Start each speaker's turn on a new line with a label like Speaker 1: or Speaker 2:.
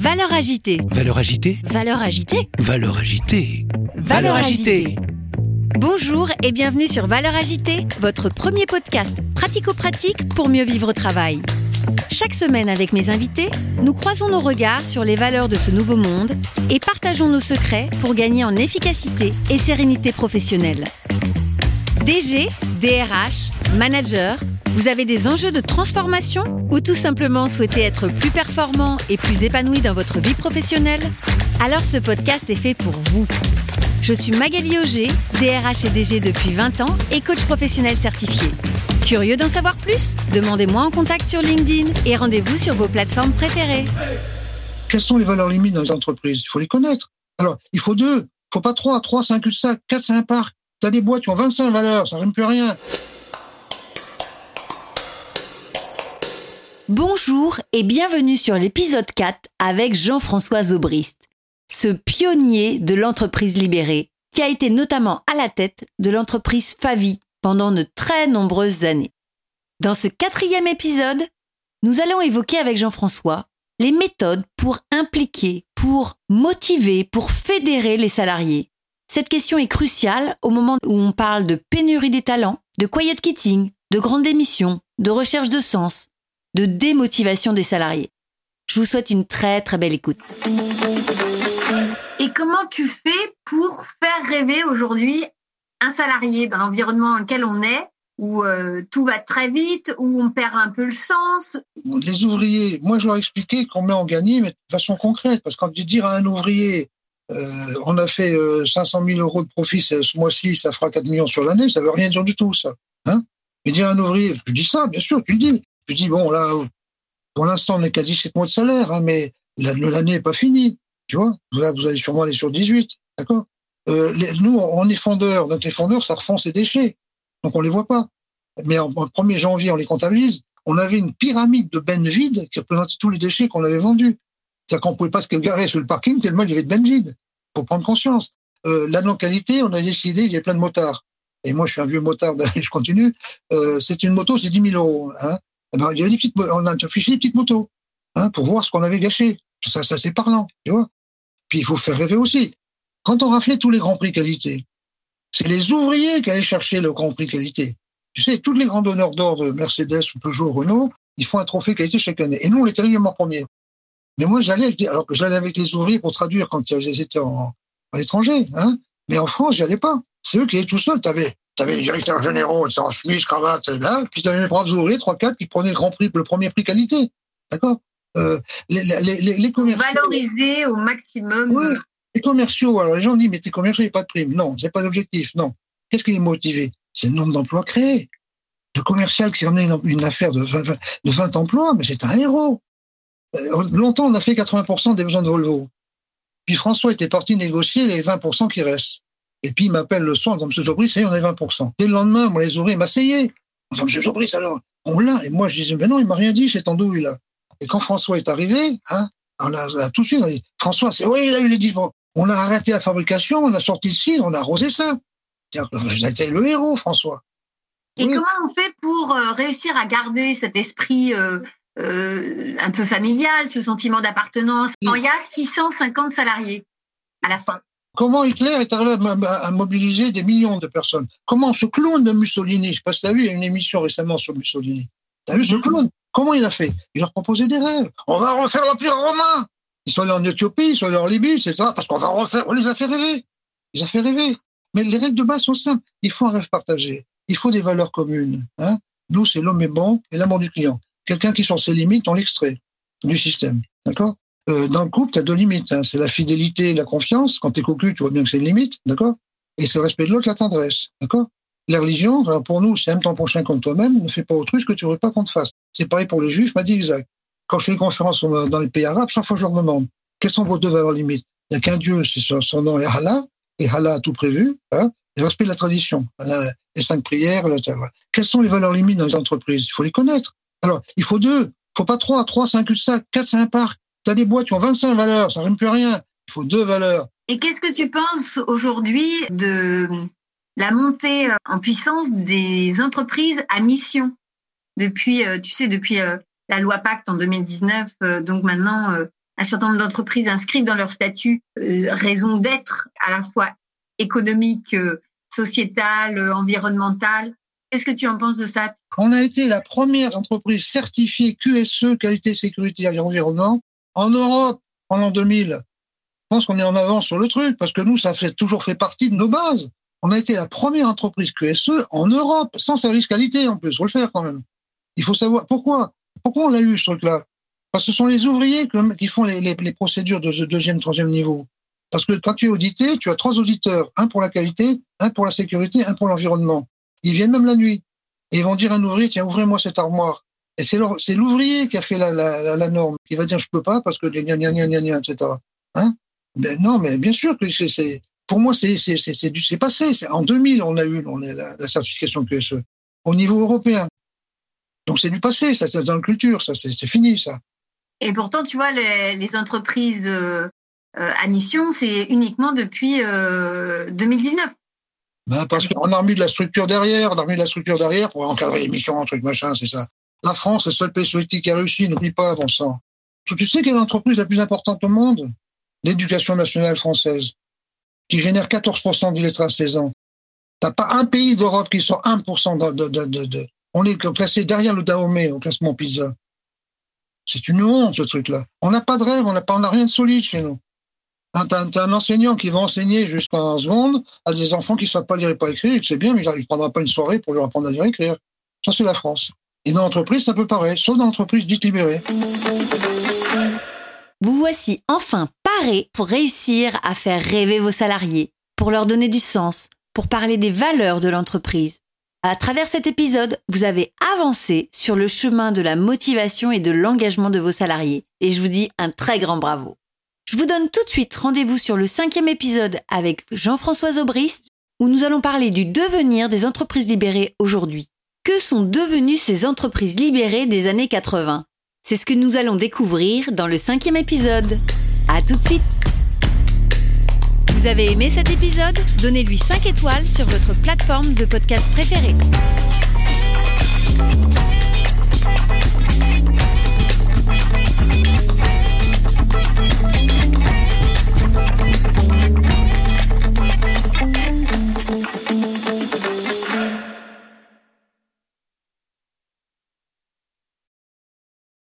Speaker 1: Valeurs agitées.
Speaker 2: Valeurs agitées.
Speaker 1: Valeurs agitées.
Speaker 2: Valeurs agitées.
Speaker 1: Valeurs agitées. Bonjour et bienvenue sur Valeurs agitées, votre premier podcast pratico-pratique pour mieux vivre au travail. Chaque semaine avec mes invités, nous croisons nos regards sur les valeurs de ce nouveau monde et partageons nos secrets pour gagner en efficacité et sérénité professionnelle. DG, DRH, manager, vous avez des enjeux de transformation ou tout simplement souhaitez être plus performant et plus épanoui dans votre vie professionnelle? Alors ce podcast est fait pour vous. Je suis Magali Auger, DRH et DG depuis 20 ans et coach professionnel certifié. Curieux d'en savoir plus? Demandez-moi en contact sur LinkedIn et rendez-vous sur vos plateformes préférées.
Speaker 3: Quelles sont les valeurs limites dans les entreprises? Il faut les connaître. Alors, il faut 2, il faut pas 3. 3, c'est un cul-de-sac. 4, c'est un parc. T'as des boîtes qui ont 25 valeurs, ça rime plus à rien.
Speaker 1: Bonjour et bienvenue sur l'épisode 4 avec Jean-François Zobrist, ce pionnier de l'entreprise libérée qui a été notamment à la tête de l'entreprise Favi pendant de très nombreuses années. Dans ce 4e épisode, nous allons évoquer avec Jean-François les méthodes pour impliquer, pour motiver, pour fédérer les salariés. Cette question est cruciale au moment où on parle de pénurie des talents, de quiet quitting, de grande démission, de recherche de sens, de démotivation des salariés. Je vous souhaite une très très belle écoute.
Speaker 4: Et comment tu fais pour faire rêver aujourd'hui un salarié dans l'environnement dans lequel on est, où tout va très vite, où on perd un peu le sens?
Speaker 3: Les ouvriers, moi je leur expliquais qu'on met en gagner, mais de façon concrète. Parce que quand tu dis à un ouvrier, on a fait 500 000 euros de profit ce mois-ci, ça fera 4 millions sur l'année, ça veut rien dire du tout, ça. Hein? Mais dire à un ouvrier, tu dis ça, bien sûr, tu le dis. Tu dis, bon, là, pour l'instant, on est qu'à 17 mois de salaire, hein, mais l'année n'est pas finie, tu vois. Là, vous allez sûrement aller sur 18, d'accord? Nous, on est fondeurs, donc les fondeurs, ça refond ses déchets. Donc, on les voit pas. Mais en 1er janvier, on les comptabilise. On avait une pyramide de bennes vides qui représentait tous les déchets qu'on avait vendus. C'est-à-dire qu'on pouvait pas se garer sur le parking tellement il y avait de bennes vides. Faut prendre conscience. La non-qualité, on a décidé, il y avait plein de motards. Et moi, je suis un vieux motard, je continue. C'est une moto, c'est 10 000 euros, hein. Ben, il y a on a affiché des petites motos, hein, pour voir ce qu'on avait gâché. Ça, c'est parlant, tu vois. Puis, il faut faire rêver aussi. Quand on raflait tous les grands prix qualité, c'est les ouvriers qui allaient chercher le grand prix qualité. Tu sais, tous les grands donneurs d'ordre, Mercedes, Peugeot, Renault, ils font un trophée qualité chaque année. Et nous, on était régulièrement premiers. Mais moi, j'allais avec les ouvriers pour traduire quand ils étaient à l'étranger, hein. Mais en France, j'y allais pas. C'est eux qui étaient tout seuls. T'avais les directeurs généraux, en chemise, cravate, là, puis t'avais les braves ouvriers, 3-4, qui prenaient le grand prix, le premier prix qualité. D'accord? Les commerciaux.
Speaker 4: Valoriser au maximum.
Speaker 3: Oui, les commerciaux. Alors, les gens disent, mais tes commerciaux, il n'y a pas de prime. Non, c'est pas d'objectif. Non. Qu'est-ce qui les motive? C'est le nombre d'emplois créés. Le commercial qui ramenait une affaire de 20 emplois, mais c'est un héros. Longtemps, on a fait 80% des besoins de Volvo. Puis François était parti négocier les 20% qui restent. Et puis il m'appelle le soir en disant, Monsieur Zobrist, ça y est, on est 20%. Dès le lendemain, moi, les ouvriers m'asseyaient. En disant, Monsieur Zobrist, alors, on l'a. Et moi, je disais, mais non, il m'a rien dit, c'est en douille, là. Et quand François est arrivé, hein, on a tout de suite, on a dit, François, oui, il a eu les 10%. On a arrêté la fabrication, on a sorti le cidre, on a arrosé ça. Vous avez été le héros, François.
Speaker 4: Et
Speaker 3: oui.
Speaker 4: comment on fait pour réussir à garder cet esprit un peu familial, ce sentiment d'appartenance? Il y a 650 salariés à la fin.
Speaker 3: Comment Hitler est arrivé à mobiliser des millions de personnes? Comment ce clown de Mussolini, je ne sais pas si tu as vu, il y a une émission récemment sur Mussolini. Tu as vu ce clown? Comment il a fait? Il leur proposait des rêves. On va refaire l'Empire romain. Ils sont allés en Éthiopie, ils sont allés en Libye, c'est ça, parce qu'on va refaire. On les a fait rêver. Ils ont fait rêver. Mais les règles de base sont simples. Il faut un rêve partagé. Il faut des valeurs communes. Hein? Nous, c'est l'homme est bon et l'amour du client. Quelqu'un qui sur ses limites, on l'extrait du système. D'accord? Dans le couple, tu as 2 limites. Hein. C'est la fidélité et la confiance. Quand tu es cocu, tu vois bien que c'est une limite. D'accord? Et c'est le respect de l'autre, la tendresse. D'accord? La religion, alors pour nous, c'est aime ton prochain comme toi-même. Ne fais pas autrui ce que tu ne veux pas qu'on te fasse. C'est pareil pour les juifs, m'a dit exact. Quand je fais des conférences dans les pays arabes, chaque fois je leur demande quelles sont vos 2 valeurs limites. Il n'y a qu'un Dieu, c'est son nom est Allah, et Allah a tout prévu. Hein? Et le respect de la tradition. Les 5 prières. Quelles sont les valeurs limites dans les entreprises? Il faut les connaître. Alors, il faut 2. Il ne faut pas 3. 3, c'est un cul-de-sac. 4, c'est un parc. Tu as des boîtes qui ont 25 valeurs. Ça ne rime plus à rien. Il faut 2 valeurs.
Speaker 4: Et qu'est-ce que tu penses aujourd'hui de la montée en puissance des entreprises à mission? Depuis la loi Pacte en 2019, donc maintenant, un certain nombre d'entreprises inscrivent dans leur statut raison d'être à la fois économique, sociétale, environnementale. Qu'est-ce que tu en penses de ça?
Speaker 3: On a été la première entreprise certifiée QSE, qualité, sécurité et environnement, en Europe pendant 2000. Je pense qu'on est en avance sur le truc, parce que nous, ça a toujours fait partie de nos bases. On a été la première entreprise QSE en Europe, sans service qualité en plus, faut le faire quand même. Il faut savoir pourquoi on l'a eu ce truc-là. Parce que ce sont les ouvriers qui font les procédures de deuxième, troisième niveau. Parce que quand tu es audité, tu as 3 auditeurs, un pour la qualité, un pour la sécurité, un pour l'environnement. Ils viennent même la nuit. Et ils vont dire à un ouvrier, tiens, ouvrez-moi cette armoire. Et c'est l'ouvrier qui a fait la norme, qui va dire, je peux pas parce que gna gna gna gna gna, etc. Hein? Ben non, mais bien sûr que pour moi, c'est passé. En 2000, on a eu la certification QSE. Au niveau européen. Donc c'est du passé, ça, c'est dans la culture, ça, c'est fini, ça.
Speaker 4: Et pourtant, tu vois, les entreprises à mission, c'est uniquement depuis 2019.
Speaker 3: Ben, parce qu'on a remis de la structure derrière, pour encadrer les missions, un truc machin, c'est ça. La France, c'est le seul pays soviétique qui a réussi, n'oublie pas, bon sang. Tu sais quelle est l'entreprise la plus importante au monde? L'éducation nationale française, qui génère 14% d'illettrés à 16 ans. T'as pas un pays d'Europe qui sort 1% On est classé derrière le Dahomey au classement PISA. C'est une honte, ce truc-là. On n'a pas de rêve, on n'a rien de solide chez nous. T'as un enseignant qui va enseigner jusqu'en seconde à des enfants qui ne savent pas lire et pas écrire, c'est bien, mais il ne prendra pas une soirée pour leur apprendre à lire et écrire. Ça, c'est la France. Et dans l'entreprise, c'est un peu pareil, sauf dans l'entreprise dite libérée.
Speaker 1: Vous voici enfin parés pour réussir à faire rêver vos salariés, pour leur donner du sens, pour parler des valeurs de l'entreprise. À travers cet épisode, vous avez avancé sur le chemin de la motivation et de l'engagement de vos salariés. Et je vous dis un très grand bravo. Je vous donne tout de suite rendez-vous sur le 5e épisode avec Jean-François Aubrist, où nous allons parler du devenir des entreprises libérées aujourd'hui. Que sont devenues ces entreprises libérées des années 80 ? C'est ce que nous allons découvrir dans le 5e épisode. À tout de suite. Vous avez aimé cet épisode ? Donnez-lui 5 étoiles sur votre plateforme de podcast préférée.